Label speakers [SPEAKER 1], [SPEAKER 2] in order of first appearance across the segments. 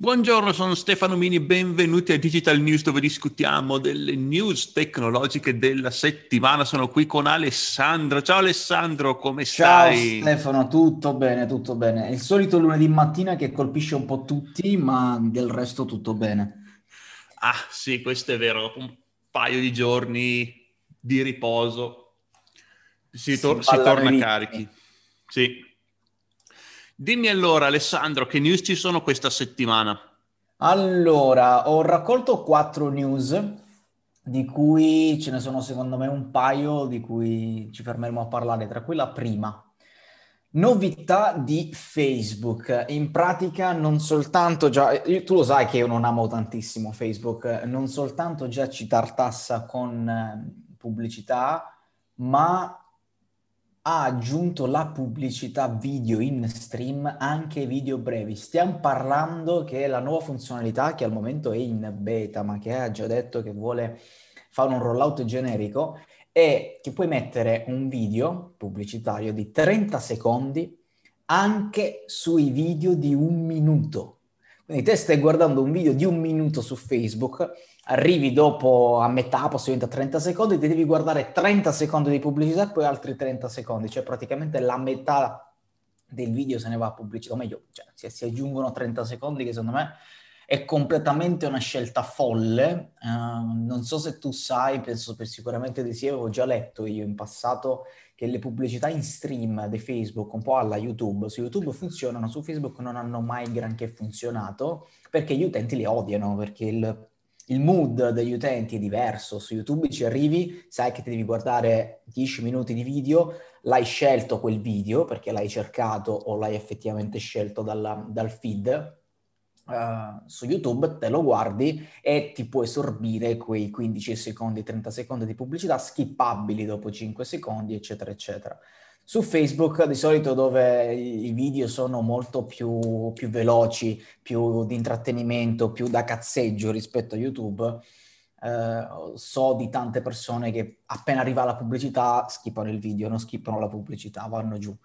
[SPEAKER 1] Buongiorno, sono Stefano Mini, benvenuti a Digital News dove discutiamo delle news tecnologiche della settimana. Sono qui con Alessandro. Ciao Alessandro, come
[SPEAKER 2] Ciao
[SPEAKER 1] stai?
[SPEAKER 2] Stefano, tutto bene, tutto bene. È il solito lunedì mattina che colpisce un po' tutti, ma del resto tutto bene.
[SPEAKER 1] Ah sì, questo è vero, dopo un paio di giorni di riposo
[SPEAKER 2] Si
[SPEAKER 1] si
[SPEAKER 2] ballano i
[SPEAKER 1] torna
[SPEAKER 2] ritmi.
[SPEAKER 1] carichi. Sì. Dimmi allora Alessandro, che news ci sono questa settimana?
[SPEAKER 2] Allora, ho raccolto quattro news, di cui ce ne sono secondo me un paio di cui ci fermeremo a parlare, tra cui la prima. Novità di Facebook. In pratica non soltanto già, tu lo sai che io non amo tantissimo Facebook, non soltanto già ci tartassa con pubblicità, ma ha aggiunto la pubblicità video in stream, anche video brevi. Stiamo parlando che è la nuova funzionalità che al momento è in beta, ma che ha già detto che vuole fare un rollout generico, è che puoi mettere un video pubblicitario di 30 secondi anche sui video di un minuto. Quindi te stai guardando un video di un minuto su Facebook, arrivi dopo a metà, possibilmente a 30 secondi, ti devi guardare 30 secondi di pubblicità e poi altri 30 secondi, cioè praticamente la metà del video se ne va a pubblicità, o meglio, cioè, si aggiungono 30 secondi che secondo me è completamente una scelta folle. Non so se tu sai, penso per sicuramente di sì, avevo già letto io in passato che le pubblicità in stream di Facebook, un po' alla YouTube, su YouTube funzionano, su Facebook non hanno mai granché funzionato perché gli utenti li odiano, perché il mood degli utenti è diverso. Su YouTube ci arrivi, sai che ti devi guardare 10 minuti di video, l'hai scelto quel video perché l'hai cercato o l'hai effettivamente scelto dal feed. Su YouTube te lo guardi e ti puoi sorbire quei 15 secondi, 30 secondi di pubblicità skippabili dopo 5 secondi, eccetera, eccetera. Su Facebook di solito dove i video sono molto più veloci, più di intrattenimento, più da cazzeggio rispetto a YouTube, so di tante persone che appena arriva la pubblicità skippano il video, non skippano la pubblicità, vanno giù.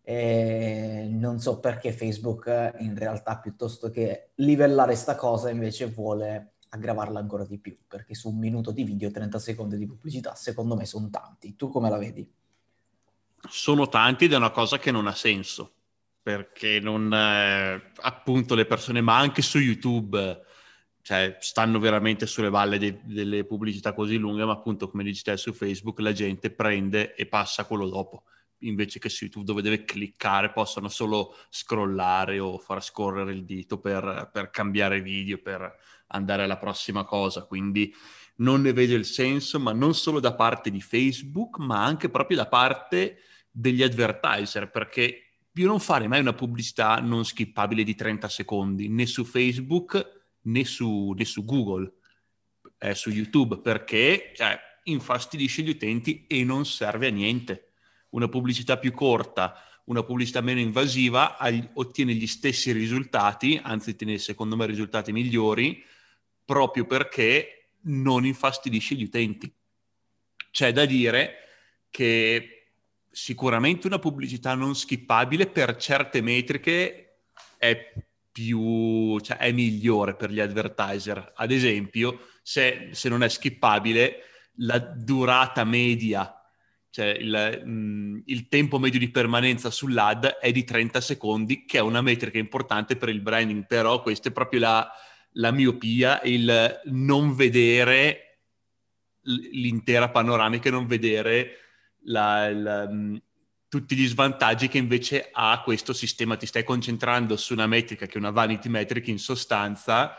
[SPEAKER 2] E non so perché Facebook in realtà piuttosto che livellare sta cosa invece vuole aggravarla ancora di più, perché su un minuto di video 30 secondi di pubblicità secondo me sono tanti. Tu come la vedi?
[SPEAKER 1] Sono tanti ed è una cosa che non ha senso, perché non, appunto le persone, ma anche su YouTube, cioè, stanno veramente sulle balle delle pubblicità così lunghe, ma appunto come dici te su Facebook la gente prende e passa quello dopo, invece che su YouTube dove deve cliccare possono solo scrollare o far scorrere il dito per cambiare video, per andare alla prossima cosa, quindi non ne vedo il senso, ma non solo da parte di Facebook, ma anche proprio da parte degli advertiser, perché più non fare mai una pubblicità non skippabile di 30 secondi, né su Facebook né su Google, su YouTube, perché cioè, infastidisce gli utenti e non serve a niente. Una pubblicità più corta, una pubblicità meno invasiva ottiene gli stessi risultati, anzi ottiene secondo me risultati migliori, proprio perché non infastidisce gli utenti. C'è da dire che sicuramente una pubblicità non skippabile per certe metriche è cioè è migliore per gli advertiser. Ad esempio, se non è skippabile, la durata media, cioè il tempo medio di permanenza sull'ad è di 30 secondi, che è una metrica importante per il branding, però questa è proprio la miopia, il non vedere l'intera panoramica e non vedere tutti gli svantaggi che invece ha questo sistema. Ti stai concentrando su una metrica che è una vanity metric in sostanza,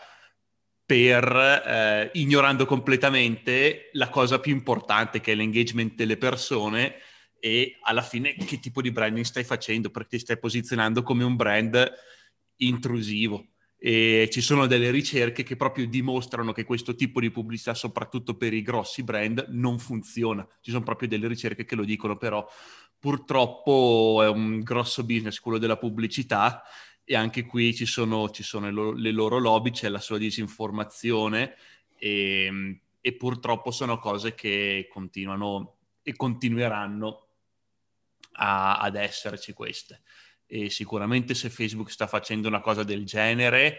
[SPEAKER 1] ignorando completamente la cosa più importante che è l'engagement delle persone e alla fine che tipo di branding stai facendo, perché ti stai posizionando come un brand intrusivo. E ci sono delle ricerche che proprio dimostrano che questo tipo di pubblicità, soprattutto per i grossi brand, non funziona. Ci sono proprio delle ricerche che lo dicono, però purtroppo è un grosso business quello della pubblicità e anche qui ci sono le loro lobby, c'è la sua disinformazione e purtroppo sono cose che continuano e continueranno ad esserci queste. E sicuramente se Facebook sta facendo una cosa del genere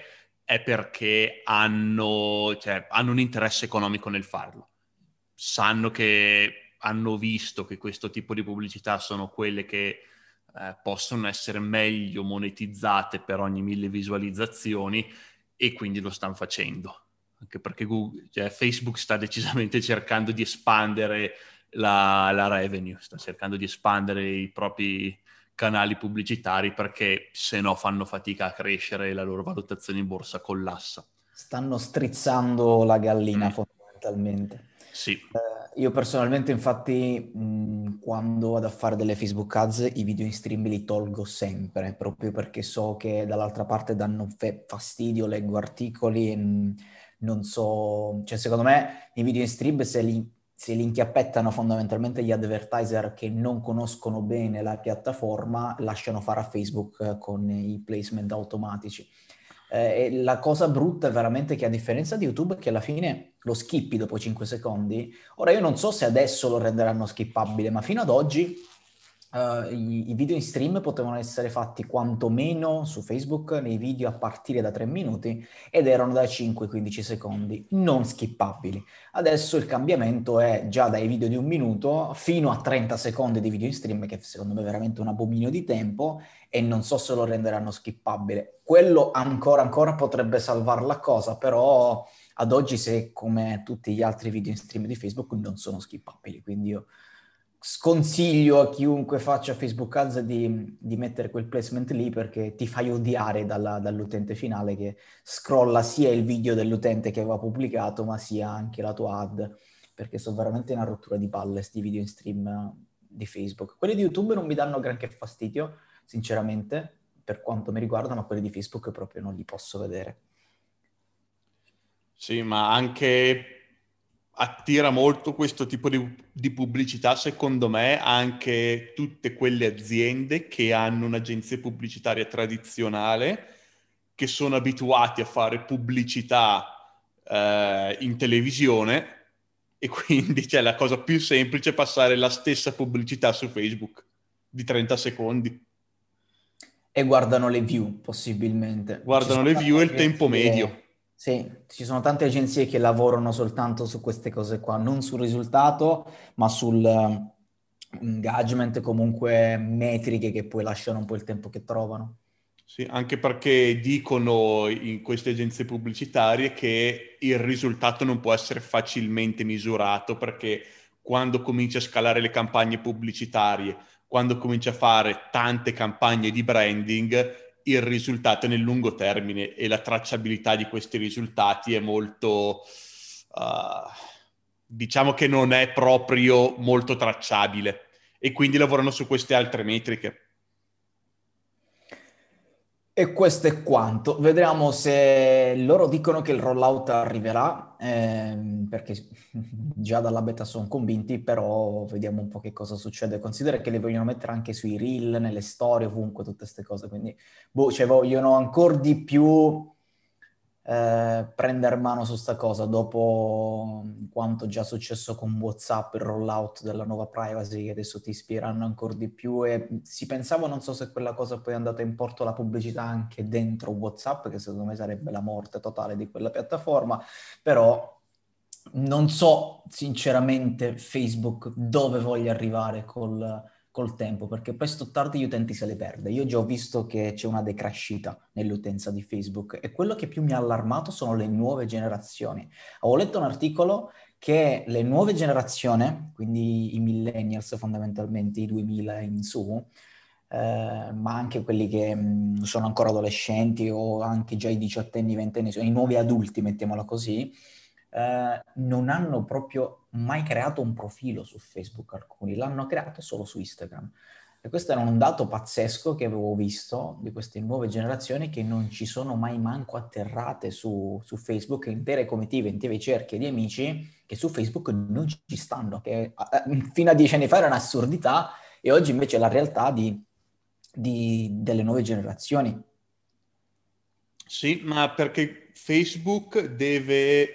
[SPEAKER 1] è perché hanno un interesse economico nel farlo. Sanno che hanno visto che questo tipo di pubblicità sono quelle che possono essere meglio monetizzate per ogni 1000 visualizzazioni e quindi lo stanno facendo. Anche perché Facebook sta decisamente cercando di espandere la revenue, sta cercando di espandere i propri canali pubblicitari perché se no fanno fatica a crescere e la loro valutazione in borsa collassa.
[SPEAKER 2] Stanno strizzando la gallina
[SPEAKER 1] Mm.
[SPEAKER 2] fondamentalmente.
[SPEAKER 1] Sì.
[SPEAKER 2] Io personalmente, infatti, quando vado a fare delle Facebook Ads, i video in stream li tolgo sempre, proprio perché so che dall'altra parte danno fastidio, leggo articoli e non so... Cioè, secondo me, i video in stream, se li inchiappettano fondamentalmente gli advertiser che non conoscono bene la piattaforma, lasciano fare a Facebook con i placement automatici. E la cosa brutta è veramente che a differenza di YouTube, che alla fine lo skippi dopo 5 secondi, ora io non so se adesso lo renderanno skippabile, ma fino ad oggi i video in stream potevano essere fatti quantomeno su Facebook nei video a partire da 3 minuti ed erano da 5-15 secondi, non skippabili. Adesso il cambiamento è già dai video di 1 minuto fino a 30 secondi di video in stream, che secondo me è veramente un abominio di tempo, e non so se lo renderanno skippabile. Quello ancora potrebbe salvare la cosa, però ad oggi, se come tutti gli altri video in stream di Facebook, non sono skippabili, quindi io sconsiglio a chiunque faccia Facebook Ads di mettere quel placement lì, perché ti fai odiare dall'utente finale che scrolla sia il video dell'utente che aveva pubblicato, ma sia anche la tua ad, perché sono veramente una rottura di palle sti video in stream di Facebook. Quelli di YouTube non mi danno granché fastidio, sinceramente, per quanto mi riguarda, ma quelli di Facebook proprio non li posso vedere.
[SPEAKER 1] Sì, ma anche attira molto questo tipo di pubblicità, secondo me, anche tutte quelle aziende che hanno un'agenzia pubblicitaria tradizionale, che sono abituati a fare pubblicità in televisione e quindi c'è la cosa più semplice è passare la stessa pubblicità su Facebook di 30 secondi.
[SPEAKER 2] E guardano le view, possibilmente. Ci
[SPEAKER 1] Guardano
[SPEAKER 2] sono
[SPEAKER 1] le
[SPEAKER 2] tante
[SPEAKER 1] view e il tempo medio.
[SPEAKER 2] agenzie, sì, ci sono tante agenzie che lavorano soltanto su queste cose qua, non sul risultato, ma sul engagement, comunque metriche che poi lasciano un po' il tempo che trovano.
[SPEAKER 1] Sì, anche perché dicono in queste agenzie pubblicitarie che il risultato non può essere facilmente misurato perché quando cominci a scalare le campagne pubblicitarie, quando cominci a fare tante campagne di branding, il risultato è nel lungo termine e la tracciabilità di questi risultati è molto, diciamo che non è proprio molto tracciabile e quindi lavorano su queste altre metriche.
[SPEAKER 2] E questo è quanto. Vedremo se loro dicono che il rollout arriverà, perché già dalla beta sono convinti, però vediamo un po' che cosa succede. Considera che li vogliono mettere anche sui reel, nelle storie, ovunque, tutte queste cose. Quindi, cioè, vogliono ancora di più prendere mano su sta cosa, dopo quanto già successo con WhatsApp, il rollout della nuova privacy, che adesso ti ispireranno ancora di più, e si pensava, non so se quella cosa poi è andata in porto, la pubblicità anche dentro WhatsApp, che secondo me sarebbe la morte totale di quella piattaforma, però non so sinceramente Facebook dove voglia arrivare col tempo, perché presto o tardi gli utenti se le perde. Io già ho visto che c'è una decrescita nell'utenza di Facebook e quello che più mi ha allarmato sono le nuove generazioni. Avevo letto un articolo che le nuove generazioni, quindi i millennials fondamentalmente, i 2000 in su, ma anche quelli che sono ancora adolescenti o anche già i diciottenni, ventenni, i nuovi adulti, mettiamola così, non hanno proprio mai creato un profilo su Facebook, alcuni l'hanno creato solo su Instagram. E questo era un dato pazzesco che avevo visto di queste nuove generazioni, che non ci sono mai manco atterrate su Facebook, intere comitive, intere cerchie di amici che su Facebook non ci stanno, che fino a 10 anni fa era un'assurdità e oggi invece è la realtà delle nuove generazioni.
[SPEAKER 1] Sì, ma perché Facebook deve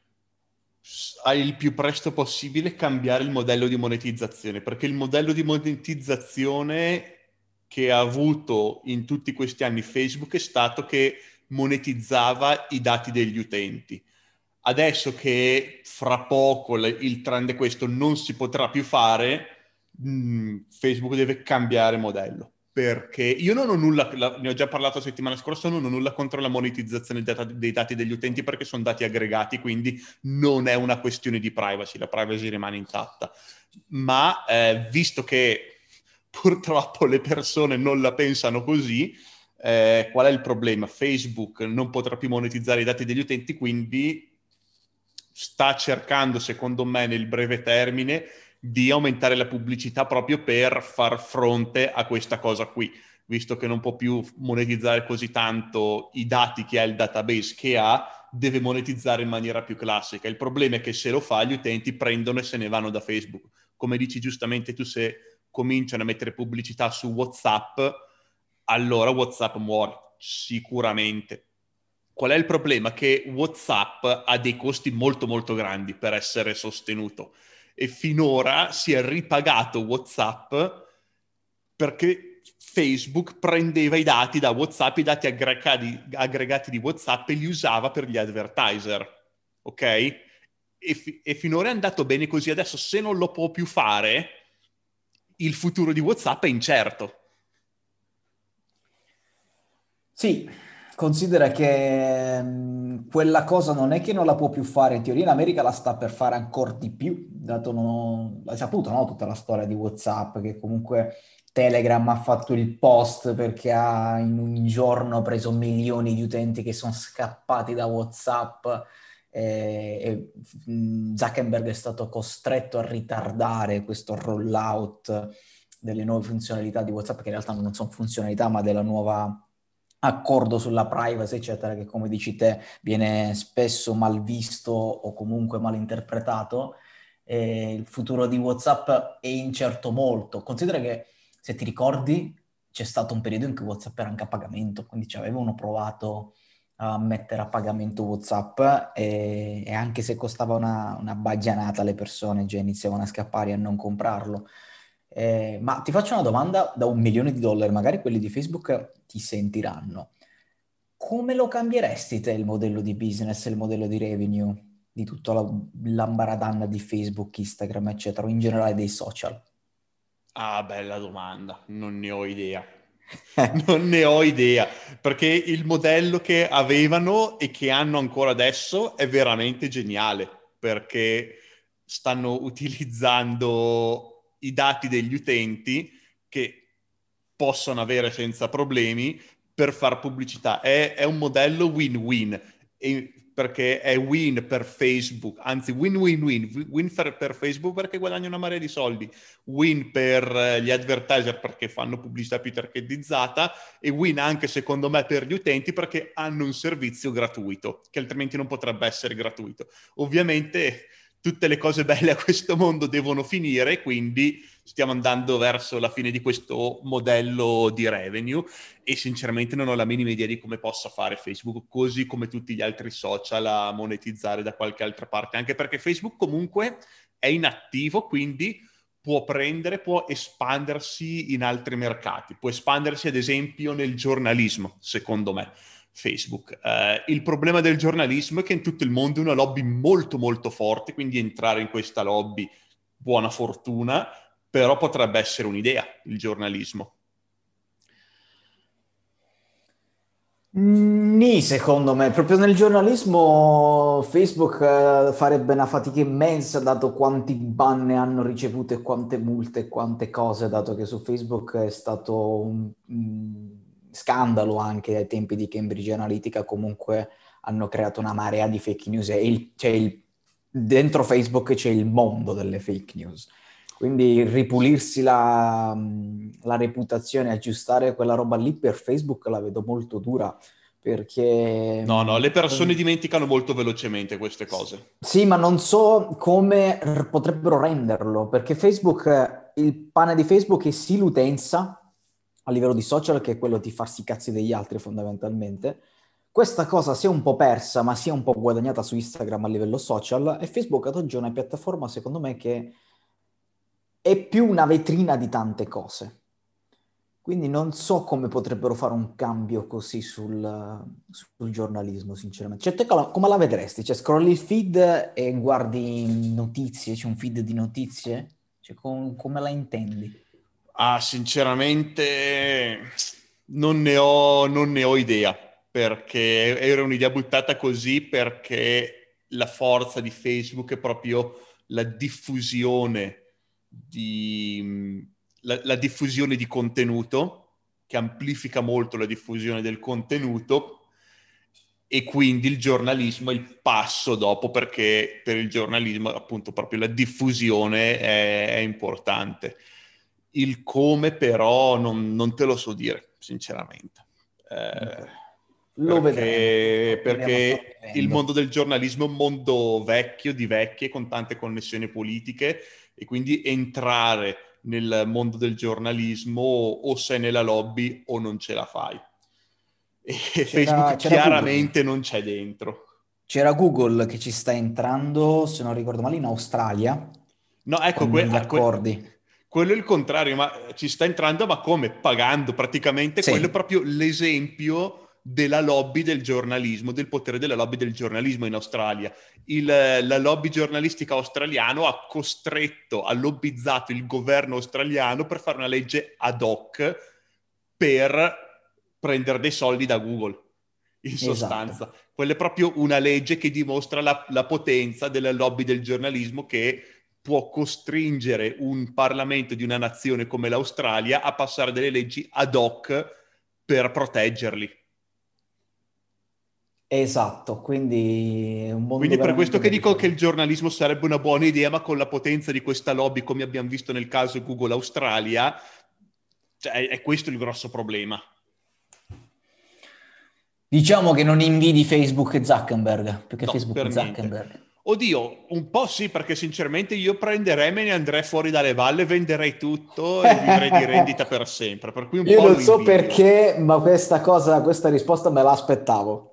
[SPEAKER 1] il più presto possibile cambiare il modello di monetizzazione, perché il modello di monetizzazione che ha avuto in tutti questi anni Facebook è stato che monetizzava i dati degli utenti. Adesso che fra poco il trend è questo, non si potrà più fare, Facebook deve cambiare modello. Perché io non ho nulla, ne ho già parlato la settimana scorsa, non ho nulla contro la monetizzazione dei dati degli utenti perché sono dati aggregati, quindi non è una questione di privacy, la privacy rimane intatta. Ma visto che purtroppo le persone non la pensano così, qual è il problema? Facebook non potrà più monetizzare i dati degli utenti, quindi sta cercando, secondo me, nel breve termine di aumentare la pubblicità proprio per far fronte a questa cosa qui, visto che non può più monetizzare così tanto i dati che ha il database che ha, deve monetizzare in maniera più classica. Il problema è che se lo fa, gli utenti prendono e se ne vanno da Facebook. Come dici giustamente tu, se cominciano a mettere pubblicità su WhatsApp, allora WhatsApp muore, sicuramente. Qual è il problema? Che WhatsApp ha dei costi molto molto grandi per essere sostenuto e finora si è ripagato WhatsApp perché Facebook prendeva i dati da WhatsApp, i dati aggregati di WhatsApp e li usava per gli advertiser, ok? E finora è andato bene così. Adesso se non lo può più fare, il futuro di WhatsApp è incerto.
[SPEAKER 2] Sì, considera che quella cosa non è che non la può più fare, in teoria in America la sta per fare ancora di più, dato l'hai saputo, no? Tutta la storia di WhatsApp, che comunque Telegram ha fatto il post perché ha in un giorno preso milioni di utenti che sono scappati da WhatsApp Zuckerberg è stato costretto a ritardare questo rollout delle nuove funzionalità di WhatsApp, che in realtà non sono funzionalità, ma della nuova accordo sulla privacy, eccetera, che come dici te viene spesso mal visto o comunque mal interpretato. Il futuro di WhatsApp è incerto molto. Considera che, se ti ricordi, c'è stato un periodo in cui WhatsApp era anche a pagamento, quindi ci avevano provato a mettere a pagamento WhatsApp e anche se costava una baggianata, le persone già iniziavano a scappare e a non comprarlo. Ma ti faccio una domanda da $1 milione, magari quelli di Facebook ti sentiranno. Come lo cambieresti te il modello di business, il modello di revenue di tutta l'ambaradanna di Facebook, Instagram, eccetera, o in generale dei social?
[SPEAKER 1] Ah, bella domanda, non ne ho idea. Non ne ho idea, perché il modello che avevano e che hanno ancora adesso è veramente geniale, perché stanno utilizzando i dati degli utenti che possono avere senza problemi per far pubblicità. È un modello win-win, perché è win per Facebook, anzi win-win-win, win per Facebook perché guadagna una marea di soldi, win per gli advertiser perché fanno pubblicità più targetizzata e win anche secondo me per gli utenti perché hanno un servizio gratuito, che altrimenti non potrebbe essere gratuito. Ovviamente tutte le cose belle a questo mondo devono finire, quindi stiamo andando verso la fine di questo modello di revenue e sinceramente non ho la minima idea di come possa fare Facebook, così come tutti gli altri social, a monetizzare da qualche altra parte, anche perché Facebook comunque è inattivo, quindi può espandersi in altri mercati, può espandersi ad esempio nel giornalismo, secondo me. Facebook. Il problema del giornalismo è che in tutto il mondo è una lobby molto molto forte, quindi entrare in questa lobby, buona fortuna, però potrebbe essere un'idea il giornalismo.
[SPEAKER 2] Nì, secondo me, proprio nel giornalismo Facebook farebbe una fatica immensa dato quanti ban ne hanno ricevuto e quante multe e quante cose, dato che su Facebook è stato un scandalo anche ai tempi di Cambridge Analytica, comunque hanno creato una marea di fake news e dentro Facebook c'è il mondo delle fake news. Quindi ripulirsi la reputazione, aggiustare quella roba lì per Facebook la vedo molto dura, perché
[SPEAKER 1] No, le persone dimenticano molto velocemente queste cose.
[SPEAKER 2] sì, ma non so come potrebbero renderlo, perché Facebook, il pane di Facebook è sì l'utenza a livello di social, che è quello di farsi i cazzi degli altri fondamentalmente. Questa cosa si è un po' persa, ma si è un po' guadagnata su Instagram a livello social, e Facebook ad oggi è una piattaforma, secondo me, che è più una vetrina di tante cose. Quindi non so come potrebbero fare un cambio così sul giornalismo, sinceramente. Cioè, te come la vedresti? Cioè, scrolli il feed e guardi notizie, c'è un feed di notizie? Cioè, come la intendi?
[SPEAKER 1] Ah, sinceramente non ne ho idea, perché era un'idea buttata così, perché la forza di Facebook è proprio la diffusione la diffusione di contenuto, che amplifica molto la diffusione del contenuto, e quindi il giornalismo è il passo dopo, perché per il giornalismo appunto proprio la diffusione è importante. Il come però non te lo so dire, sinceramente.
[SPEAKER 2] Ok.
[SPEAKER 1] Eh,
[SPEAKER 2] Lo vedremo, scopriremo, stare
[SPEAKER 1] perché il
[SPEAKER 2] vivendo.
[SPEAKER 1] mondo del giornalismo è un mondo vecchio, di vecchie, con tante connessioni politiche, e quindi entrare nel mondo del giornalismo o sei nella lobby o non ce la fai. E Facebook
[SPEAKER 2] C'era Google.
[SPEAKER 1] chiaramente non c'è dentro.
[SPEAKER 2] C'era Google che ci sta entrando, se non ricordo male, in Australia,
[SPEAKER 1] No, ecco,
[SPEAKER 2] con degli accordi.
[SPEAKER 1] quello è il contrario, ma ci sta entrando, ma come? Pagando praticamente. Quello è
[SPEAKER 2] Sì,
[SPEAKER 1] proprio l'esempio della lobby del giornalismo, del potere della lobby del giornalismo in Australia. La lobby giornalistica australiana ha costretto, ha lobbizzato il governo australiano per fare una legge ad hoc per prendere dei soldi da Google, in
[SPEAKER 2] esatto.
[SPEAKER 1] sostanza. Quella è proprio una legge che dimostra la potenza della lobby del giornalismo, che può costringere un Parlamento di una nazione come l'Australia a passare delle leggi ad hoc per proteggerli.
[SPEAKER 2] Esatto, quindi è un mondo
[SPEAKER 1] Quindi per questo
[SPEAKER 2] veramente
[SPEAKER 1] che dico che il
[SPEAKER 2] differente.
[SPEAKER 1] giornalismo sarebbe una buona idea, ma con la potenza di questa lobby, come abbiamo visto nel caso Google Australia, cioè è questo il grosso problema.
[SPEAKER 2] Diciamo che non invidi Facebook e Zuckerberg, perché
[SPEAKER 1] No,
[SPEAKER 2] Facebook
[SPEAKER 1] per
[SPEAKER 2] è
[SPEAKER 1] niente.
[SPEAKER 2] Zuckerberg.
[SPEAKER 1] Oddio, un po' sì, perché sinceramente io prenderei, me ne andrei fuori dalle valle, venderei tutto e vivrei di rendita per sempre, per cui un
[SPEAKER 2] Io
[SPEAKER 1] po'
[SPEAKER 2] non
[SPEAKER 1] lo
[SPEAKER 2] so
[SPEAKER 1] invidio.
[SPEAKER 2] perché, ma questa risposta me l'aspettavo,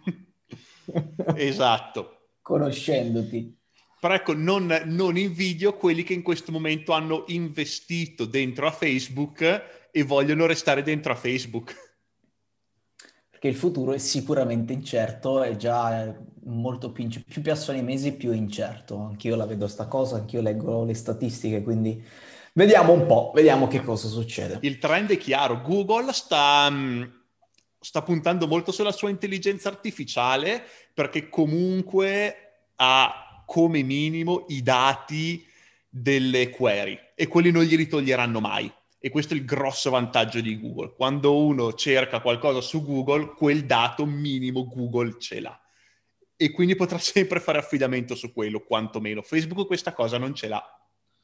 [SPEAKER 1] Esatto.
[SPEAKER 2] conoscendoti.
[SPEAKER 1] Però ecco, non invidio quelli che in questo momento hanno investito dentro a Facebook e vogliono restare dentro a Facebook.
[SPEAKER 2] Perché il futuro è sicuramente incerto, è già molto più passano i mesi più è incerto. Anch'io la vedo sta cosa, anch'io leggo le statistiche, quindi vediamo un po', vediamo che cosa succede.
[SPEAKER 1] Il trend è chiaro, Google sta puntando molto sulla sua intelligenza artificiale, perché comunque ha come minimo i dati delle query e quelli non glieli toglieranno mai. E questo è il grosso vantaggio di Google. Quando uno cerca qualcosa su Google, quel dato minimo Google ce l'ha. E quindi potrà sempre fare affidamento su quello, quantomeno. Facebook questa cosa non ce l'ha.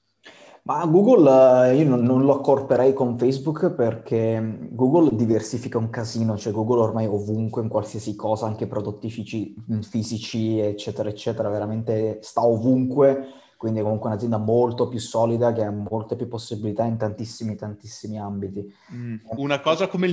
[SPEAKER 2] Ma Google, io non lo accorperei con Facebook perché Google diversifica un casino, cioè Google ormai è ovunque, in qualsiasi cosa, anche prodotti fisici, eccetera, eccetera, veramente sta ovunque, quindi è comunque un'azienda molto più solida che ha molte più possibilità in tantissimi, tantissimi ambiti.
[SPEAKER 1] Una cosa come il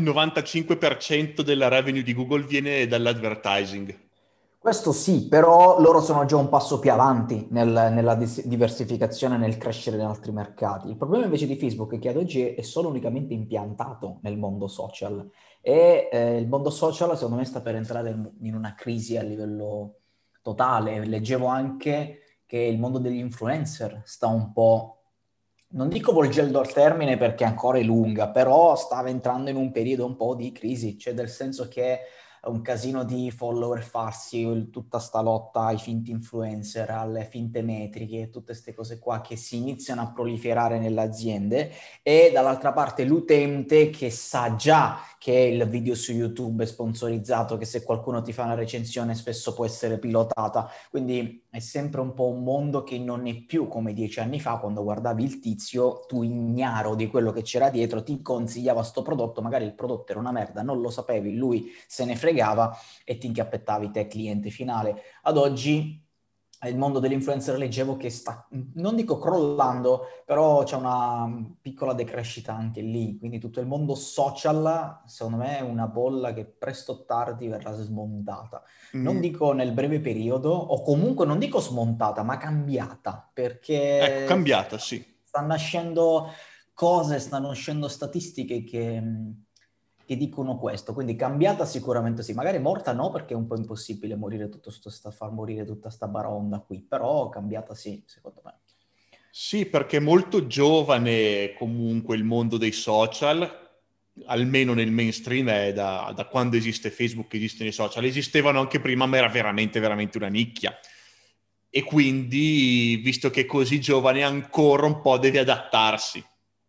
[SPEAKER 1] 95% della revenue di Google viene dall'advertising.
[SPEAKER 2] Questo sì, però loro sono già un passo più avanti nella diversificazione, nel crescere in altri mercati. Il problema invece di Facebook è che ad oggi è solo unicamente impiantato nel mondo social e il mondo social secondo me sta per entrare in una crisi a livello totale. Leggevo anche che il mondo degli influencer sta un po', non dico volgendo al termine perché ancora è lunga, però stava entrando in un periodo un po' di crisi, cioè del senso che un casino di follower farsi, tutta sta lotta ai finti influencer, alle finte metriche, tutte queste cose qua che si iniziano a proliferare nelle aziende e dall'altra parte l'utente che sa già che il video su YouTube è sponsorizzato, che se qualcuno ti fa una recensione spesso può essere pilotata, quindi è sempre un po' un mondo che non è più come 10 anni fa quando guardavi il tizio, tu ignaro di quello che c'era dietro, ti consigliava sto prodotto, magari il prodotto era una merda, non lo sapevi, lui se ne fregava e ti inchiappettavi te cliente finale. Ad oggi il mondo dell'influencer leggevo che sta, non dico crollando, però c'è una piccola decrescita anche lì, quindi tutto il mondo social, secondo me, è una bolla che presto o tardi verrà smontata. Non
[SPEAKER 1] Mm,
[SPEAKER 2] dico nel breve periodo, o comunque non dico smontata, ma cambiata,
[SPEAKER 1] ecco,
[SPEAKER 2] perché
[SPEAKER 1] cambiata, sì.
[SPEAKER 2] sta nascendo cose, stanno uscendo statistiche che dicono questo, quindi cambiata sicuramente sì, magari morta no, perché è un po' impossibile morire far morire tutta sta baronda qui, però cambiata sì, secondo me.
[SPEAKER 1] Sì, perché è molto giovane comunque il mondo dei social, almeno nel mainstream, è da quando esiste Facebook che esistono i social. Esistevano anche prima, ma era veramente, veramente una nicchia. E quindi, visto che è così giovane ancora, un po' deve adattarsi.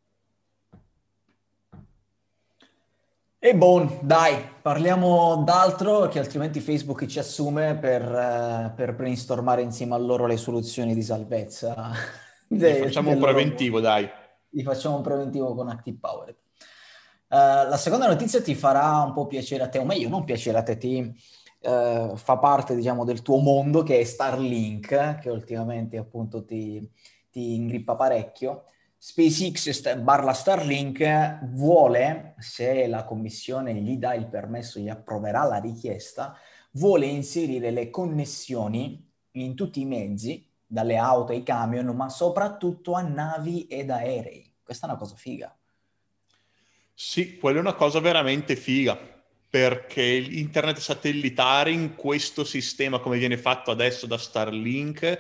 [SPEAKER 2] E buon, dai, parliamo d'altro che altrimenti Facebook ci assume per brainstormare insieme a loro le soluzioni di salvezza
[SPEAKER 1] Gli facciamo un
[SPEAKER 2] del loro mondo.
[SPEAKER 1] preventivo, dai.
[SPEAKER 2] Gli facciamo un preventivo con Active Powered. La seconda notizia ti farà un po' piacere a te, o meglio, non piacere a te, fa parte, diciamo, del tuo mondo, che è Starlink, che ultimamente appunto ti ingrippa parecchio. SpaceX barra Starlink vuole, se la commissione gli dà il permesso, gli approverà la richiesta, vuole inserire le connessioni in tutti i mezzi, dalle auto ai camion, ma soprattutto a navi ed aerei. Questa è una cosa figa.
[SPEAKER 1] Sì, quella è una cosa veramente figa, perché l'internet satellitare in questo sistema, come viene fatto adesso da Starlink,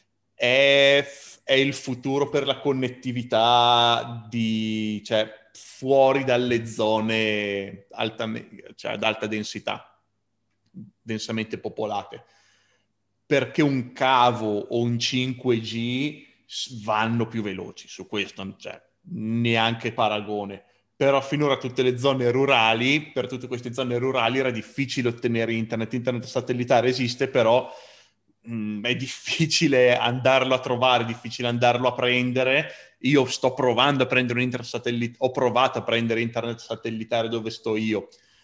[SPEAKER 1] è il futuro per la connettività cioè, fuori dalle zone cioè, ad alta densità, densamente popolate. Perché un cavo o un 5G vanno più veloci, su questo non c'è neanche paragone. Però finora tutte le zone rurali, per tutte queste zone rurali era difficile ottenere internet. Internet satellitare esiste, però è difficile andarlo a trovare, è difficile andarlo a prendere. Io sto provando a prendere un internet satellitare, ho provato a prendere internet satellitare dove sto io.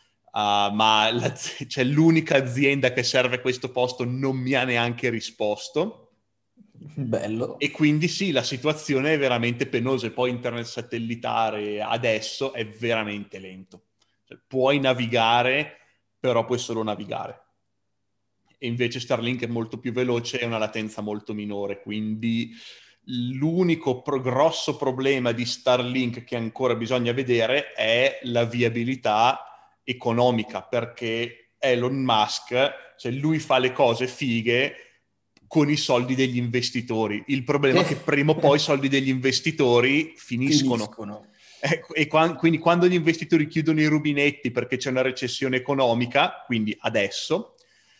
[SPEAKER 1] Ma cioè, l'unica azienda che serve a questo posto non mi ha neanche risposto.
[SPEAKER 2] Bello.
[SPEAKER 1] E quindi sì, la situazione è veramente penosa e poi internet satellitare adesso è veramente lento. Cioè, puoi navigare, però puoi solo navigare. E invece Starlink è molto più veloce e ha una latenza molto minore, quindi l'unico grosso problema di Starlink che ancora bisogna vedere è la viabilità economica, perché Elon Musk, cioè lui fa le cose fighe con i soldi degli investitori. Il problema è che prima o poi i soldi degli investitori finiscono.
[SPEAKER 2] Finiscono.
[SPEAKER 1] Quindi quando gli investitori chiudono i rubinetti perché c'è una recessione economica, quindi adesso,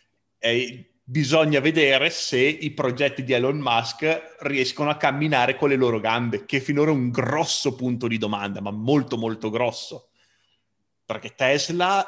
[SPEAKER 1] bisogna vedere se i progetti di Elon Musk riescono a camminare con le loro gambe, che finora è un grosso punto di domanda, ma molto molto grosso. Perché Tesla,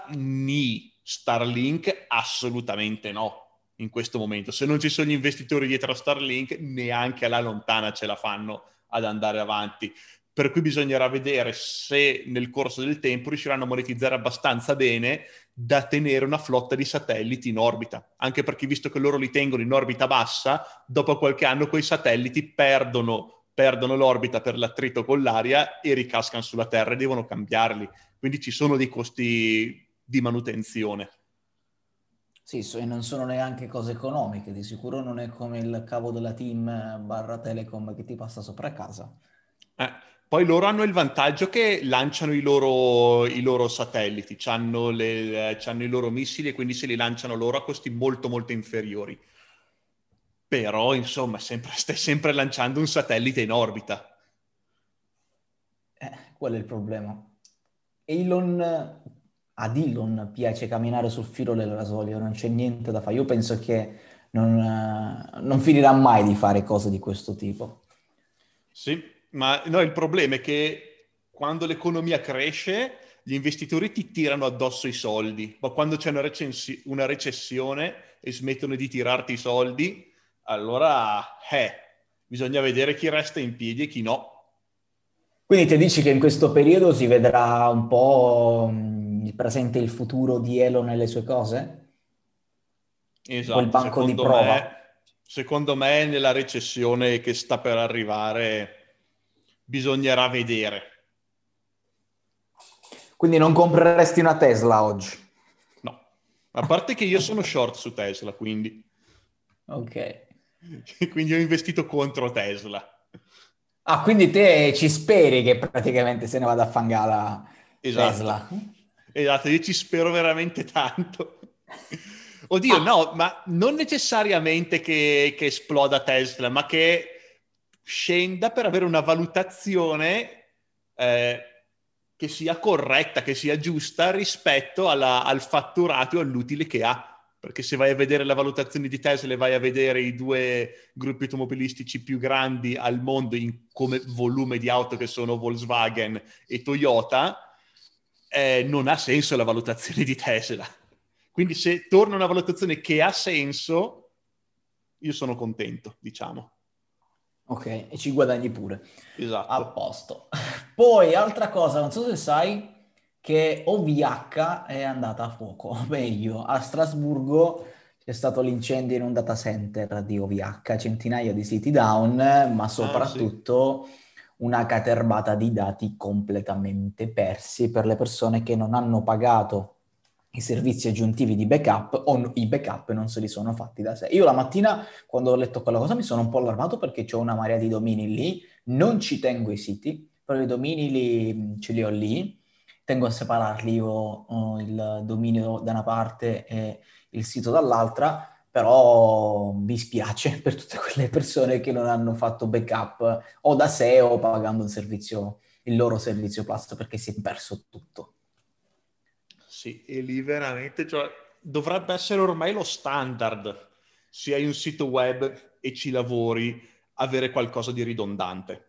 [SPEAKER 1] Starlink assolutamente no in questo momento. Se non ci sono gli investitori dietro a Starlink, neanche alla lontana ce la fanno ad andare avanti. Per cui bisognerà vedere se nel corso del tempo riusciranno a monetizzare abbastanza bene da tenere una flotta di satelliti in orbita. Anche perché visto che loro li tengono in orbita bassa, dopo qualche anno quei satelliti perdono l'orbita per l'attrito con l'aria e ricascano sulla Terra e devono cambiarli. Quindi ci sono dei costi di manutenzione.
[SPEAKER 2] Sì, e non sono neanche cose economiche, di sicuro non è come il cavo della Team barra Telecom che ti passa sopra casa.
[SPEAKER 1] Eh, Poi loro hanno il vantaggio che lanciano i loro satelliti, c'hanno i loro missili e quindi se li lanciano loro a costi molto molto inferiori. Però, insomma, stai sempre lanciando un satellite in orbita.
[SPEAKER 2] Qual è il problema? Ad Elon piace camminare sul filo del rasoio, non c'è niente da fare. Io penso che non finirà mai di fare cose di questo tipo.
[SPEAKER 1] Sì, ma no, il problema è che quando l'economia cresce, gli investitori ti tirano addosso i soldi, ma quando c'è una recessione e smettono di tirarti i soldi, allora bisogna vedere chi resta in piedi e chi no.
[SPEAKER 2] Quindi ti dici che in questo periodo si vedrà un po' il presente e il futuro di Elon e le sue cose? Un po' il
[SPEAKER 1] Esatto,
[SPEAKER 2] banco di prova?
[SPEAKER 1] secondo me nella recessione che sta per arrivare bisognerà vedere.
[SPEAKER 2] Quindi non compreresti una Tesla oggi?
[SPEAKER 1] No, a parte che io sono short su Tesla, quindi,
[SPEAKER 2] Ok.
[SPEAKER 1] quindi ho investito contro Tesla.
[SPEAKER 2] Ah, quindi te ci speri che praticamente se ne vada a fangare
[SPEAKER 1] Esatto.
[SPEAKER 2] Tesla?
[SPEAKER 1] Esatto, io ci spero veramente tanto. Oddio,
[SPEAKER 2] Ah,
[SPEAKER 1] no, ma non necessariamente che esploda Tesla, ma che scenda per avere una valutazione eh, che sia corretta, che sia giusta rispetto al fatturato e all'utile che ha. Perché se vai a vedere la valutazione di Tesla e vai a vedere i due gruppi automobilistici più grandi al mondo come volume di auto che sono Volkswagen e Toyota, non ha senso la valutazione di Tesla. Quindi se torna una valutazione che ha senso, io sono contento, diciamo.
[SPEAKER 2] ok, e ci guadagni pure. A
[SPEAKER 1] Esatto.
[SPEAKER 2] posto. Poi, altra cosa, non so se sai che OVH è andata a fuoco, o meglio, a Strasburgo c'è stato l'incendio in un data center di OVH, centinaia di siti down, ma
[SPEAKER 1] Ah, sì.
[SPEAKER 2] soprattutto una caterbata di dati completamente persi per le persone che non hanno pagato i servizi aggiuntivi di backup o i backup non se li sono fatti da sé. Io la mattina, quando ho letto quella cosa, mi sono un po' allarmato perché c'ho una marea di domini lì, non ci tengo i siti, però i domini ce li ho lì, tengo a separarli, io ho il dominio da una parte e il sito dall'altra, però mi spiace per tutte quelle persone che non hanno fatto backup o da sé o pagando un servizio, il loro servizio Plus perché si è perso tutto.
[SPEAKER 1] Sì, e lì veramente, cioè, dovrebbe essere ormai lo standard, se hai un sito web e ci lavori, avere qualcosa di ridondante.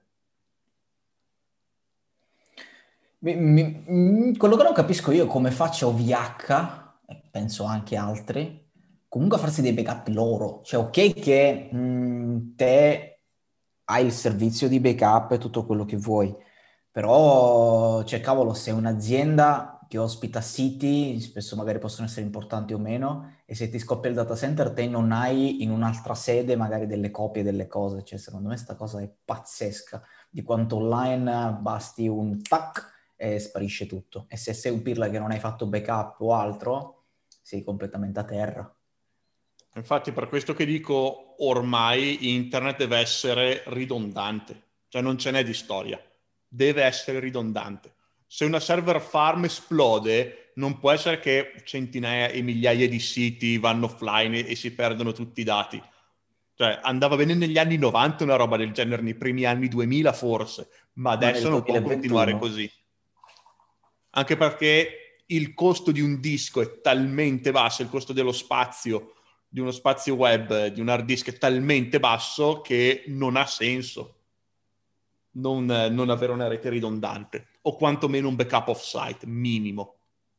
[SPEAKER 2] Quello che non capisco io è come faccia OVH, e penso anche altri, comunque a farsi dei backup loro. Cioè, ok che te hai il servizio di backup e tutto quello che vuoi, però, cioè, cavolo, se un'azienda che ospita siti, spesso magari possono essere importanti o meno, e se ti scoppia il data center, te non hai in un'altra sede magari delle copie delle cose. Cioè, secondo me sta cosa è pazzesca, di quanto online basti un tac e sparisce tutto. E se sei un pirla che non hai fatto backup o altro, sei completamente a terra.
[SPEAKER 1] Infatti, per questo che dico, ormai internet deve essere ridondante, cioè non ce n'è di storia, deve essere ridondante. Se una server farm esplode, non può essere che centinaia e migliaia di siti vanno offline e si perdono tutti i dati. Cioè, andava bene negli anni 90 una roba del genere, nei primi anni 2000 forse, ma
[SPEAKER 2] Ma nel
[SPEAKER 1] adesso non può continuare
[SPEAKER 2] 2021?
[SPEAKER 1] così. Anche perché il costo di un disco è talmente basso, il costo dello spazio, di uno spazio web, di un hard disk è talmente basso che non ha senso non avere una rete ridondante o quantomeno un backup off-site minimo.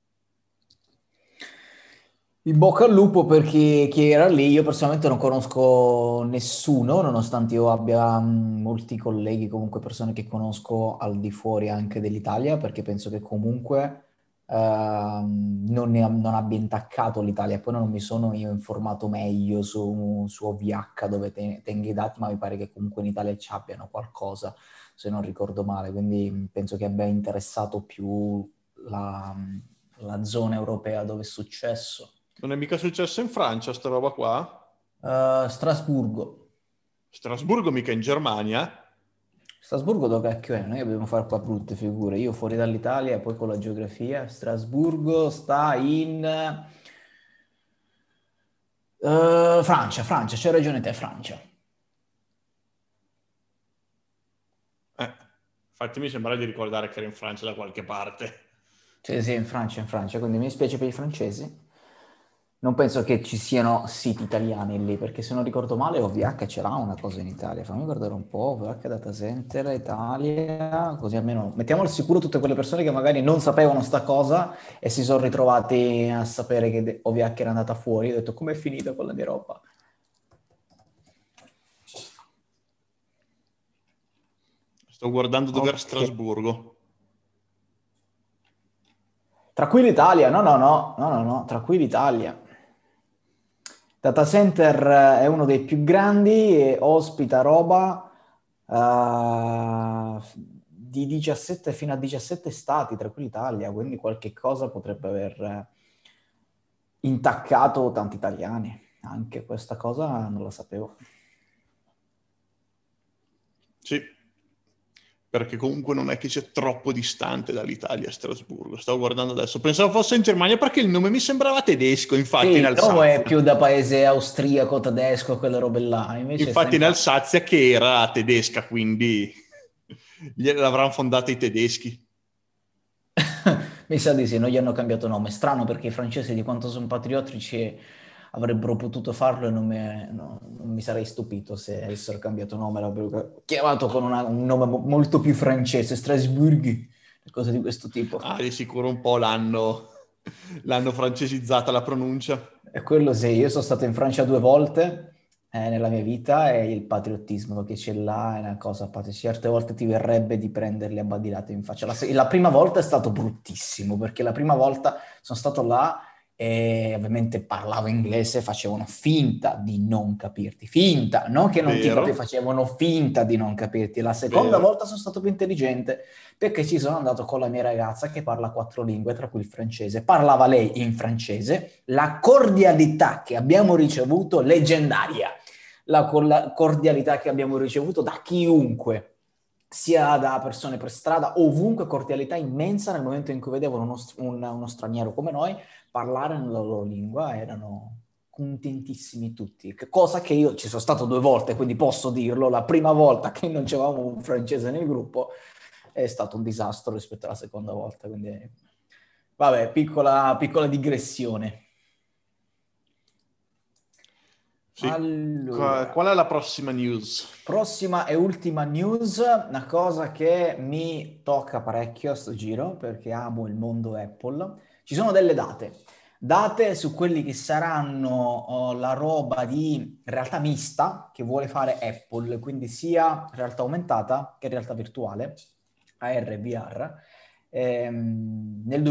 [SPEAKER 2] In bocca al lupo per chi era lì. Io personalmente non conosco nessuno, nonostante io abbia molti colleghi, comunque persone che conosco al di fuori anche dell'Italia, perché penso che comunque non abbia intaccato l'Italia. Poi non mi sono io informato meglio su OVH dove tenga i dati, ma mi pare che comunque in Italia ci abbiano qualcosa, se non ricordo male. Quindi penso che abbia interessato più la zona europea dove è successo.
[SPEAKER 1] Non è mica successo in Francia, sta roba qua?
[SPEAKER 2] Strasburgo.
[SPEAKER 1] Strasburgo mica in Germania?
[SPEAKER 2] Strasburgo dove cacchio è? Noi dobbiamo fare qua brutte figure. Io fuori dall'Italia e poi con la geografia. Strasburgo sta in Francia, Francia, c'è ragione te, Francia.
[SPEAKER 1] Infatti mi sembra di ricordare che era in Francia da qualche parte.
[SPEAKER 2] Sì, sì, in Francia, quindi mi dispiace per i francesi. Non penso che ci siano siti italiani lì, perché se non ricordo male OVH ce l'ha una cosa in Italia. Fammi guardare un po', OVH Data Center Italia, così almeno mettiamo al sicuro tutte quelle persone che magari non sapevano sta cosa e si sono ritrovati a sapere che OVH era andata fuori. Ho detto, com'è finita con la mia roba?
[SPEAKER 1] Sto guardando dov'era
[SPEAKER 2] Ok.
[SPEAKER 1] Strasburgo.
[SPEAKER 2] Tranquillo Italia, no, no, no, no, no, no, tranquillo Italia. Data center è uno dei più grandi e ospita roba di 17 fino a 17 stati, tra cui l'Italia, quindi qualche cosa potrebbe aver intaccato tanti italiani. Anche questa cosa non la sapevo.
[SPEAKER 1] Sì, perché comunque non è che sia troppo distante dall'Italia, Strasburgo. Stavo guardando adesso, pensavo fosse in Germania perché il nome mi sembrava tedesco,
[SPEAKER 2] Sì,
[SPEAKER 1] infatti in
[SPEAKER 2] il nome è
[SPEAKER 1] Alsazia.
[SPEAKER 2] più da paese austriaco, tedesco, quelle robe là, invece sta
[SPEAKER 1] Infatti
[SPEAKER 2] in
[SPEAKER 1] in
[SPEAKER 2] Francia.
[SPEAKER 1] Alsazia che era tedesca, quindi l'avranno fondata i tedeschi.
[SPEAKER 2] Mi sa di sì, non gli hanno cambiato nome. Strano perché i francesi di quanto sono patriottici avrebbero potuto farlo e non mi sarei stupito se avessero cambiato nome, l'avrebbero chiamato con un nome molto più francese, Strasburg, cose di questo tipo.
[SPEAKER 1] Ah, di sicuro un po' l'hanno francesizzata la pronuncia.
[SPEAKER 2] E quello sì, io sono stato in Francia 2 volte nella mia vita e il patriottismo che c'è là è una cosa certe volte ti verrebbe di prenderli a badilate in faccia. La prima volta è stato bruttissimo perché la prima volta sono stato là e ovviamente parlavo inglese, facevano finta di non capirti, finta, non che non ti capivi,
[SPEAKER 1] Vero,
[SPEAKER 2] facevano finta di non capirti. La seconda
[SPEAKER 1] vero.
[SPEAKER 2] volta sono stato più intelligente perché ci sono andato con la mia ragazza che parla 4 lingue, tra cui il francese. Parlava lei in francese, la cordialità che abbiamo ricevuto, leggendaria, la cordialità che abbiamo ricevuto da chiunque, sia da persone per strada, ovunque, cordialità immensa nel momento in cui vedevano uno straniero come noi parlare nella loro lingua, erano contentissimi tutti, cosa che io ci sono stato 2 volte, quindi posso dirlo, la prima volta che non c'avevamo un francese nel gruppo è stato un disastro rispetto alla seconda volta, quindi vabbè, piccola digressione.
[SPEAKER 1] Sì.
[SPEAKER 2] Allora,
[SPEAKER 1] Qual è la prossima news?
[SPEAKER 2] prossima e ultima news, una cosa che mi tocca parecchio a sto giro perché amo il mondo Apple. Ci sono delle date su quelli che saranno la roba di realtà mista che vuole fare Apple, quindi sia realtà aumentata che realtà virtuale, AR e VR. Nel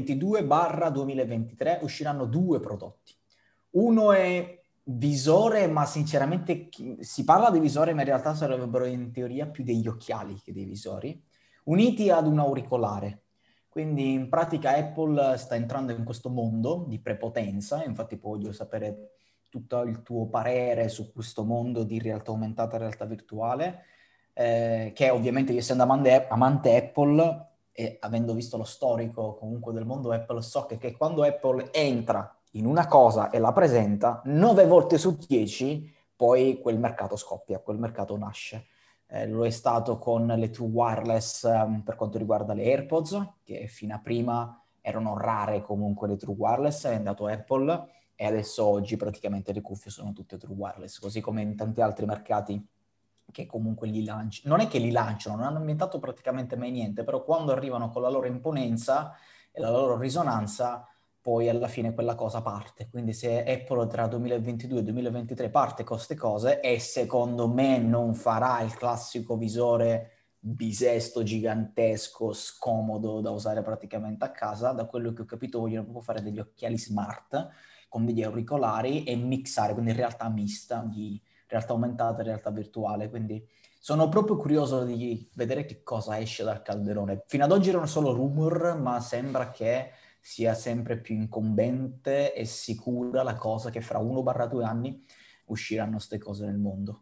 [SPEAKER 2] 2022-2023 usciranno 2 prodotti. Uno è visore, ma sinceramente si parla di visore, ma in realtà sarebbero in teoria più degli occhiali che dei visori, uniti ad un auricolare. Quindi in pratica Apple sta entrando in questo mondo di prepotenza, infatti poi voglio sapere tutto il tuo parere su questo mondo di realtà aumentata e realtà virtuale, che ovviamente io essendo amante Apple e avendo visto lo storico comunque del mondo Apple, so che quando Apple entra in una cosa e la presenta, 9 volte su 10 poi quel mercato scoppia, quel mercato nasce. Lo è stato con le True Wireless per quanto riguarda le AirPods, che fino a prima erano rare comunque le True Wireless, è andato Apple e adesso oggi praticamente le cuffie sono tutte True Wireless, così come in tanti altri mercati che comunque li lanciano. Non è che li lanciano, non hanno inventato praticamente mai niente, però quando arrivano con la loro imponenza e la loro risonanza, poi alla fine quella cosa parte. Quindi se Apple tra 2022 e 2023 parte con queste cose e secondo me non farà il classico visore bisesto, gigantesco, scomodo da usare praticamente a casa, da quello che ho capito vogliono proprio fare degli occhiali smart con degli auricolari e mixare, quindi in realtà mista di realtà aumentata e realtà virtuale, quindi sono proprio curioso di vedere che cosa esce dal calderone. Fino ad oggi erano solo rumor, ma sembra che sia sempre più incombente e sicura la cosa che fra 1-2 anni usciranno queste cose nel mondo.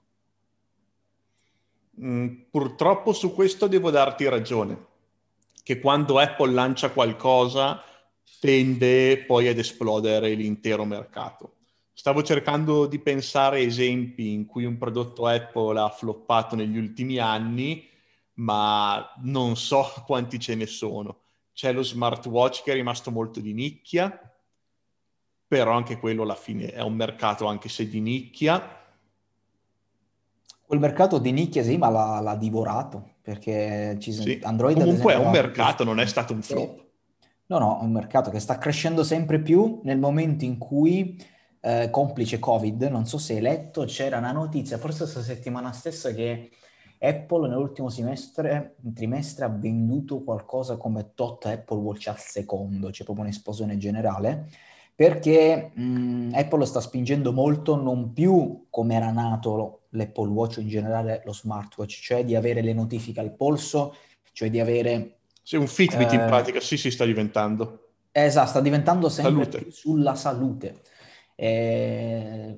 [SPEAKER 1] Purtroppo su questo devo darti ragione, che quando Apple lancia qualcosa tende poi ad esplodere l'intero mercato. Stavo cercando di pensare esempi in cui un prodotto Apple ha floppato negli ultimi anni, ma non so quanti ce ne sono. C'è lo smartwatch che è rimasto molto di nicchia, però anche quello alla fine è un mercato anche se di nicchia.
[SPEAKER 2] Quel mercato di nicchia sì, ma l'ha divorato, perché
[SPEAKER 1] Sì,
[SPEAKER 2] Android ad
[SPEAKER 1] comunque è
[SPEAKER 2] esempio
[SPEAKER 1] un
[SPEAKER 2] ha avuto...
[SPEAKER 1] mercato, non è stato un
[SPEAKER 2] Sì.
[SPEAKER 1] flop.
[SPEAKER 2] No, no, è un mercato che sta crescendo sempre più nel momento in cui, complice Covid, non so se hai letto, c'era una notizia, forse questa settimana stessa, che Apple nell'ultimo trimestre ha venduto qualcosa come tot Apple Watch al secondo, c'è proprio un'esplosione generale, perché Apple sta spingendo molto non più come era nato l'Apple Watch o in generale lo smartwatch, cioè di avere le notifiche al polso, cioè di avere...
[SPEAKER 1] Sì, un Fitbit in
[SPEAKER 2] eh,
[SPEAKER 1] pratica, sì, si sta diventando.
[SPEAKER 2] esatto, sta diventando sempre
[SPEAKER 1] Salute.
[SPEAKER 2] più sulla salute.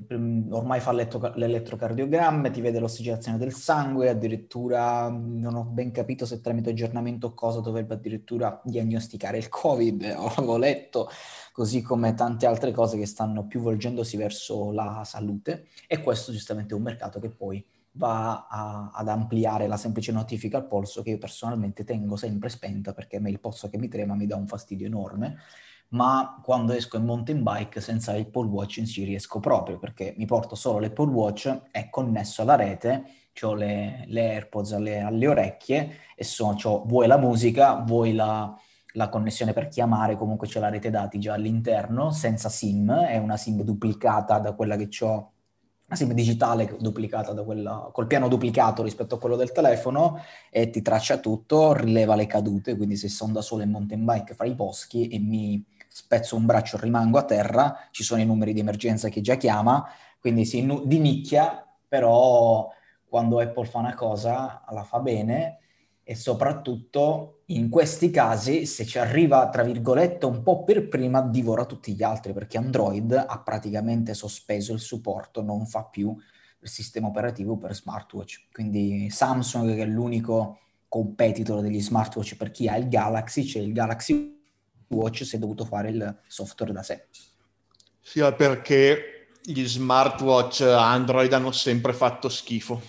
[SPEAKER 2] ormai fa l'elettrocardiogramma, ti vede l'ossigenazione del sangue, addirittura non ho ben capito se tramite aggiornamento o cosa dovrebbe addirittura diagnosticare il Covid, avevo letto, così come tante altre cose che stanno più volgendosi verso la salute, e questo giustamente è un mercato che poi ad ampliare la semplice notifica al polso, che io personalmente tengo sempre spenta perché a me il polso che mi trema mi dà un fastidio enorme, ma quando esco in mountain bike senza l'Apple Watch non ci riesco proprio, perché mi porto solo l'Apple Watch, è connesso alla rete, ho le AirPods alle orecchie e vuoi la musica, vuoi la connessione per chiamare, comunque c'è la rete dati già all'interno, senza SIM, è una SIM duplicata da quella che ho, una SIM digitale duplicata da quella, col piano duplicato rispetto a quello del telefono, e ti traccia tutto, rileva le cadute, quindi se sono da solo in mountain bike fra i boschi e mi spezzo un braccio e rimango a terra, ci sono i numeri di emergenza che già chiama, quindi sì, di nicchia, però quando Apple fa una cosa la fa bene, e soprattutto in questi casi, se ci arriva, tra virgolette, un po' per prima, divora tutti gli altri, perché Android ha praticamente sospeso il supporto, non fa più il sistema operativo per smartwatch. Quindi Samsung, che è l'unico competitor degli smartwatch per chi ha il Galaxy, c'è il Galaxy Watch, si è dovuto fare il software da sé.
[SPEAKER 1] Sì, perché gli smartwatch Android hanno sempre fatto schifo,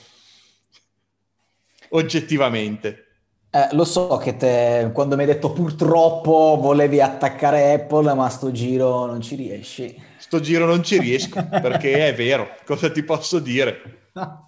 [SPEAKER 1] oggettivamente.
[SPEAKER 2] Lo so che te, quando mi hai detto purtroppo volevi attaccare Apple, ma sto giro non ci riesci.
[SPEAKER 1] Sto giro non ci riesco, perché è vero, cosa ti posso dire?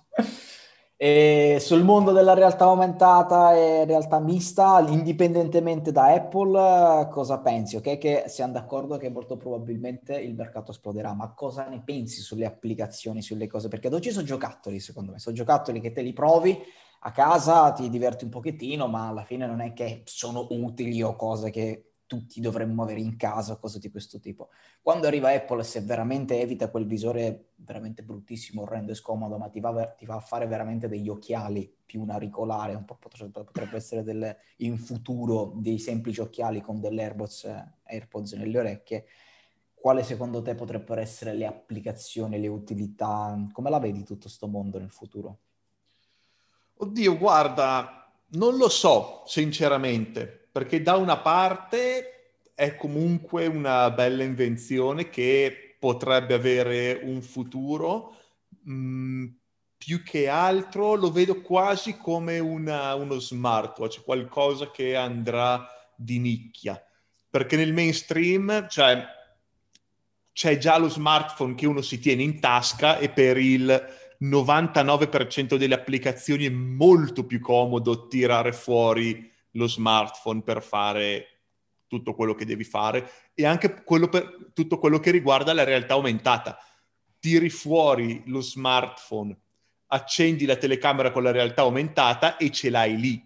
[SPEAKER 2] E sul mondo della realtà aumentata e realtà mista, indipendentemente da Apple, cosa pensi? Ok, che siamo d'accordo che molto probabilmente il mercato esploderà, ma cosa ne pensi sulle applicazioni, sulle cose? Perché ad oggi sono giocattoli, secondo me, sono giocattoli che te li provi a casa, ti diverti un pochettino, ma alla fine non è che sono utili o cose che tutti dovremmo avere in casa o cose di questo tipo. Quando arriva Apple, se veramente evita quel visore veramente bruttissimo, orrendo e scomodo, ma ti va a fare veramente degli occhiali più un auricolare, un po' potrebbe essere in futuro dei semplici occhiali con delle AirPods nelle orecchie, quale secondo te potrebbero essere le applicazioni, le utilità? Come la vedi tutto sto mondo nel futuro?
[SPEAKER 1] Oddio, guarda, non lo so, sinceramente, perché da una parte è comunque una bella invenzione che potrebbe avere un futuro, mh, più che altro lo vedo quasi come uno smartwatch, qualcosa che andrà di nicchia, perché nel mainstream, cioè, c'è già lo smartphone che uno si tiene in tasca e per il 99% delle applicazioni è molto più comodo tirare fuori lo smartphone per fare tutto quello che devi fare, e anche tutto quello che riguarda la realtà aumentata. Tiri fuori lo smartphone, accendi la telecamera con la realtà aumentata e ce l'hai lì.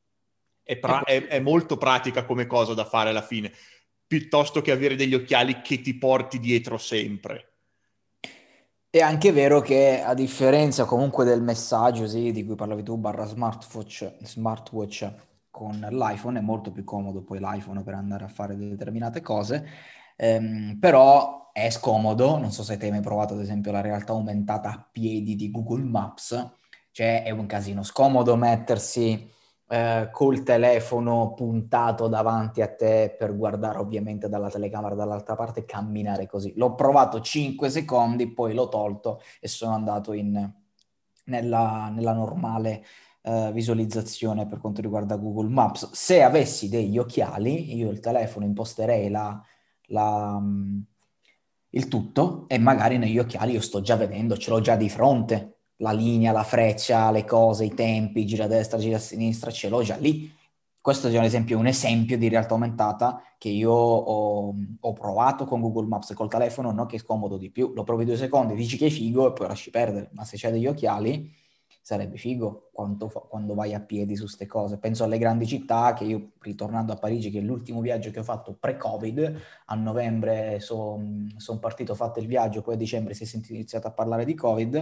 [SPEAKER 1] È molto pratica come cosa da fare alla fine, piuttosto che avere degli occhiali che ti porti dietro sempre.
[SPEAKER 2] È anche vero che, a differenza comunque del messaggio, sì, di cui parlavi tu, barra smartwatch con l'iPhone, è molto più comodo poi l'iPhone per andare a fare determinate cose, però è scomodo. Non so se te hai mai provato ad esempio la realtà aumentata a piedi di Google Maps, cioè è un casino scomodo mettersi col telefono puntato davanti a te per guardare ovviamente dalla telecamera dall'altra parte e camminare così. L'ho provato 5 secondi, poi l'ho tolto e sono andato nella normale visualizzazione per quanto riguarda Google Maps. Se avessi degli occhiali, io il telefono imposterei la, mh, il tutto, e magari negli occhiali io sto già vedendo, ce l'ho già di fronte, la linea, la freccia, le cose, i tempi, gira a destra, gira a sinistra, ce l'ho già lì. Questo è un esempio di realtà aumentata che io ho provato con Google Maps e col telefono, no, che è scomodo di più. Lo provi 2 secondi, dici che è figo e poi lasci perdere. Ma se c'è degli occhiali, sarebbe figo quando vai a piedi su ste cose. Penso alle grandi città, che io, ritornando a Parigi, che è l'ultimo viaggio che ho fatto pre-Covid, a novembre sono partito, ho fatto il viaggio, poi a dicembre si è iniziato a parlare di Covid.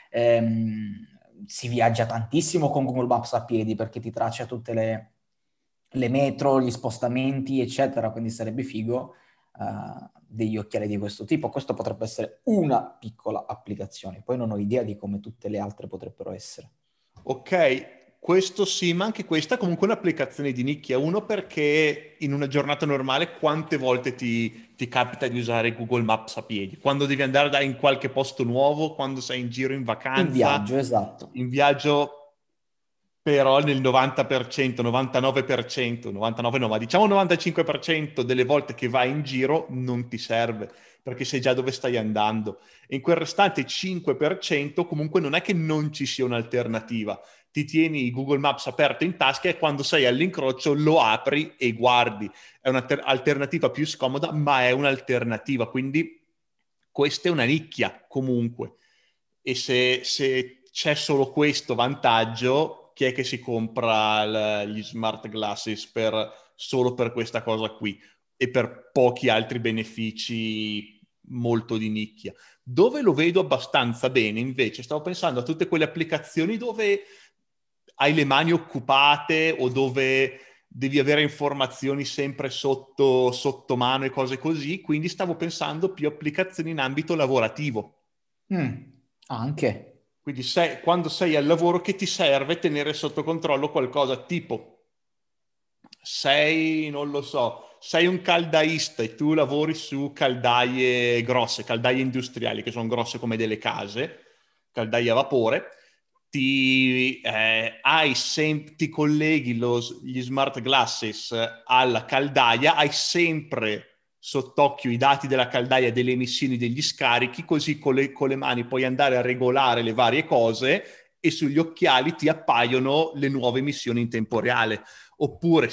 [SPEAKER 2] Si viaggia tantissimo con Google Maps a piedi perché ti traccia tutte le metro, gli spostamenti, eccetera, quindi sarebbe figo degli occhiali di questo tipo. Questo potrebbe essere una piccola applicazione, poi non ho idea di come tutte le altre potrebbero essere.
[SPEAKER 1] Ok, questo sì, ma anche questa è comunque un'applicazione di nicchia. Uno, perché in una giornata normale quante volte ti capita di usare Google Maps a piedi? Quando devi andare in qualche posto nuovo, quando sei in giro in
[SPEAKER 2] In
[SPEAKER 1] vacanza,
[SPEAKER 2] viaggio, esatto.
[SPEAKER 1] in viaggio, però nel 90%, 99%, 99 no, ma diciamo 95% delle volte che vai in giro non ti serve, perché sai già dove stai andando. E in quel restante 5% comunque non è che non ci sia un'alternativa. Ti tieni Google Maps aperto in tasca e quando sei all'incrocio lo apri e guardi. È un'alternativa più scomoda, ma è un'alternativa. Quindi questa è una nicchia comunque. E se c'è solo questo vantaggio, chi è che si compra gli smart glasses solo per questa cosa qui e per pochi altri benefici molto di nicchia? Dove lo vedo abbastanza bene, invece, stavo pensando a tutte quelle applicazioni dove hai le mani occupate o dove devi avere informazioni sempre sotto mano e cose così, quindi stavo pensando più applicazioni in ambito lavorativo.
[SPEAKER 2] Anche.
[SPEAKER 1] Quindi quando sei al lavoro che ti serve tenere sotto controllo qualcosa tipo non lo so, sei un caldaista e tu lavori su caldaie grosse, caldaie industriali che sono grosse come delle case, caldaie a vapore, ti colleghi gli smart glasses alla caldaia, hai sempre sott'occhio i dati della caldaia, delle emissioni, degli scarichi, così con le mani puoi andare a regolare le varie cose e sugli occhiali ti appaiono le nuove emissioni in tempo reale. Oppure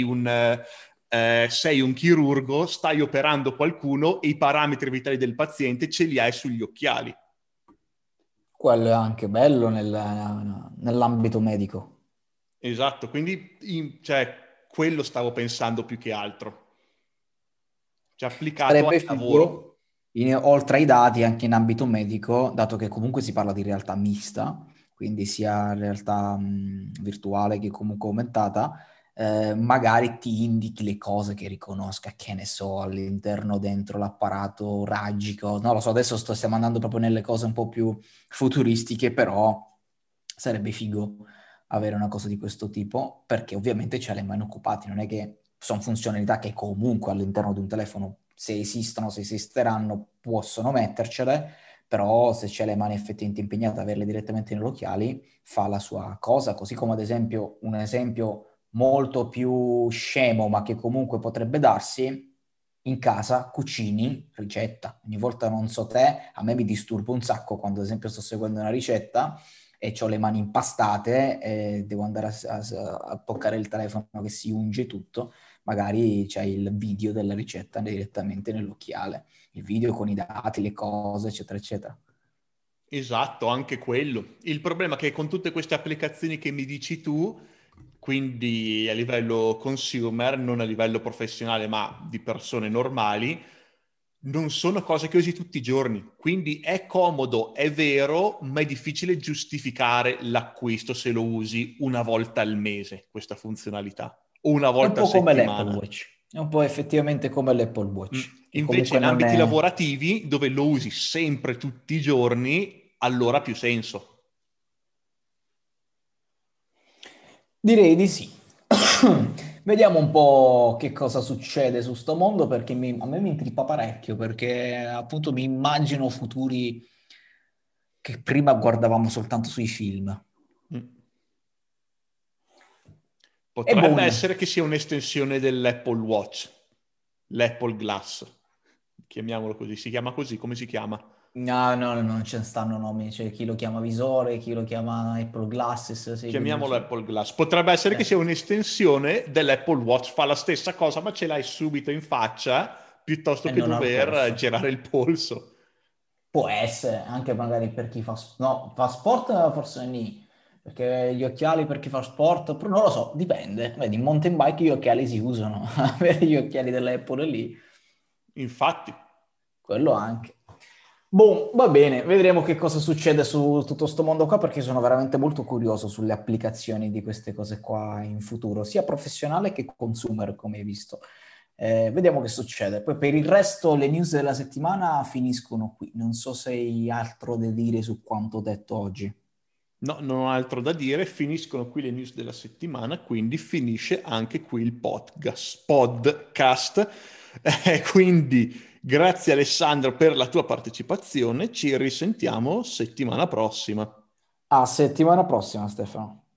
[SPEAKER 1] sei un chirurgo, stai operando qualcuno e i parametri vitali del paziente ce li hai sugli occhiali.
[SPEAKER 2] Quello è anche bello nell'ambito medico.
[SPEAKER 1] Esatto, quindi quello stavo pensando più che altro. Cioè applicato al
[SPEAKER 2] Sarebbe
[SPEAKER 1] lavoro.
[SPEAKER 2] figo, oltre ai dati, anche in ambito medico, dato che comunque si parla di realtà mista, quindi sia realtà virtuale che comunque aumentata, magari ti indichi le cose che riconosca, che ne so, all'interno dentro l'apparato ragico. Non lo so, adesso stiamo andando proprio nelle cose un po' più futuristiche, però sarebbe figo avere una cosa di questo tipo, perché ovviamente c'è le mani occupate, non è che sono funzionalità che comunque all'interno di un telefono, se esistono, se esisteranno, possono mettercele, però se c'è le mani effettivamente impegnate, averle direttamente negli occhiali fa la sua cosa, così come ad esempio un esempio molto più scemo, ma che comunque potrebbe darsi, in casa cucini, ricetta. Ogni volta, non so te, a me mi disturba un sacco quando ad esempio sto seguendo una ricetta e ho le mani impastate e devo andare a toccare il telefono che si unge tutto, magari c'è il video della ricetta direttamente nell'occhiale, il video con i dati, le cose, eccetera, eccetera.
[SPEAKER 1] Esatto, anche quello. Il problema è che con tutte queste applicazioni che mi dici tu, quindi a livello consumer, non a livello professionale, ma di persone normali, non sono cose che usi tutti i giorni. Quindi è comodo, è vero, ma è difficile giustificare l'acquisto se lo usi una volta al mese, questa funzionalità, o una
[SPEAKER 2] È un
[SPEAKER 1] volta a
[SPEAKER 2] po' come l'Apple
[SPEAKER 1] settimana.
[SPEAKER 2] Watch, è un po' effettivamente come l'Apple Watch, che
[SPEAKER 1] Invece
[SPEAKER 2] comunque
[SPEAKER 1] in
[SPEAKER 2] non
[SPEAKER 1] ambiti
[SPEAKER 2] è...
[SPEAKER 1] lavorativi, dove lo usi sempre tutti i giorni, allora ha più senso.
[SPEAKER 2] Direi di sì. Vediamo un po' che cosa succede su sto mondo perché a me mi intrippa parecchio perché appunto mi immagino futuri che prima guardavamo soltanto sui film.
[SPEAKER 1] Mm.
[SPEAKER 2] E
[SPEAKER 1] Potrebbe
[SPEAKER 2] buono.
[SPEAKER 1] essere che sia un'estensione dell'Apple Watch, l'Apple Glass, chiamiamolo così. Si chiama così? Come si chiama?
[SPEAKER 2] No, no, no, non ce ne stanno nomi, c'è chi lo chiama visore, chi lo chiama Apple Glasses, sì, quindi non
[SPEAKER 1] Chiamiamolo
[SPEAKER 2] c'è.
[SPEAKER 1] Apple Glass. Potrebbe essere che
[SPEAKER 2] Eh,
[SPEAKER 1] sia un'estensione dell'Apple Watch, fa la stessa cosa, ma ce l'hai subito in faccia, piuttosto
[SPEAKER 2] e
[SPEAKER 1] che
[SPEAKER 2] non al
[SPEAKER 1] dover
[SPEAKER 2] polso.
[SPEAKER 1] girare il polso.
[SPEAKER 2] Può essere, anche magari per chi fa, no, fa sport forse nì, perché gli occhiali per chi fa sport, però non lo so, dipende. Vedi, in mountain bike gli occhiali si usano, avere gli occhiali dell'Apple lì,
[SPEAKER 1] Infatti,
[SPEAKER 2] quello anche. Boh, va bene, vedremo che cosa succede su tutto sto mondo qua perché sono veramente molto curioso sulle applicazioni di queste cose qua in futuro, sia professionale che consumer, come hai visto. Vediamo che succede. Poi per il resto le news della settimana finiscono qui. Non so se hai altro da dire su quanto detto oggi.
[SPEAKER 1] No, non ho altro da dire, finiscono qui le news della settimana, quindi finisce anche qui il podcast. Quindi grazie Alessandro per la tua partecipazione, ci risentiamo settimana prossima.
[SPEAKER 2] A settimana prossima, Stefano.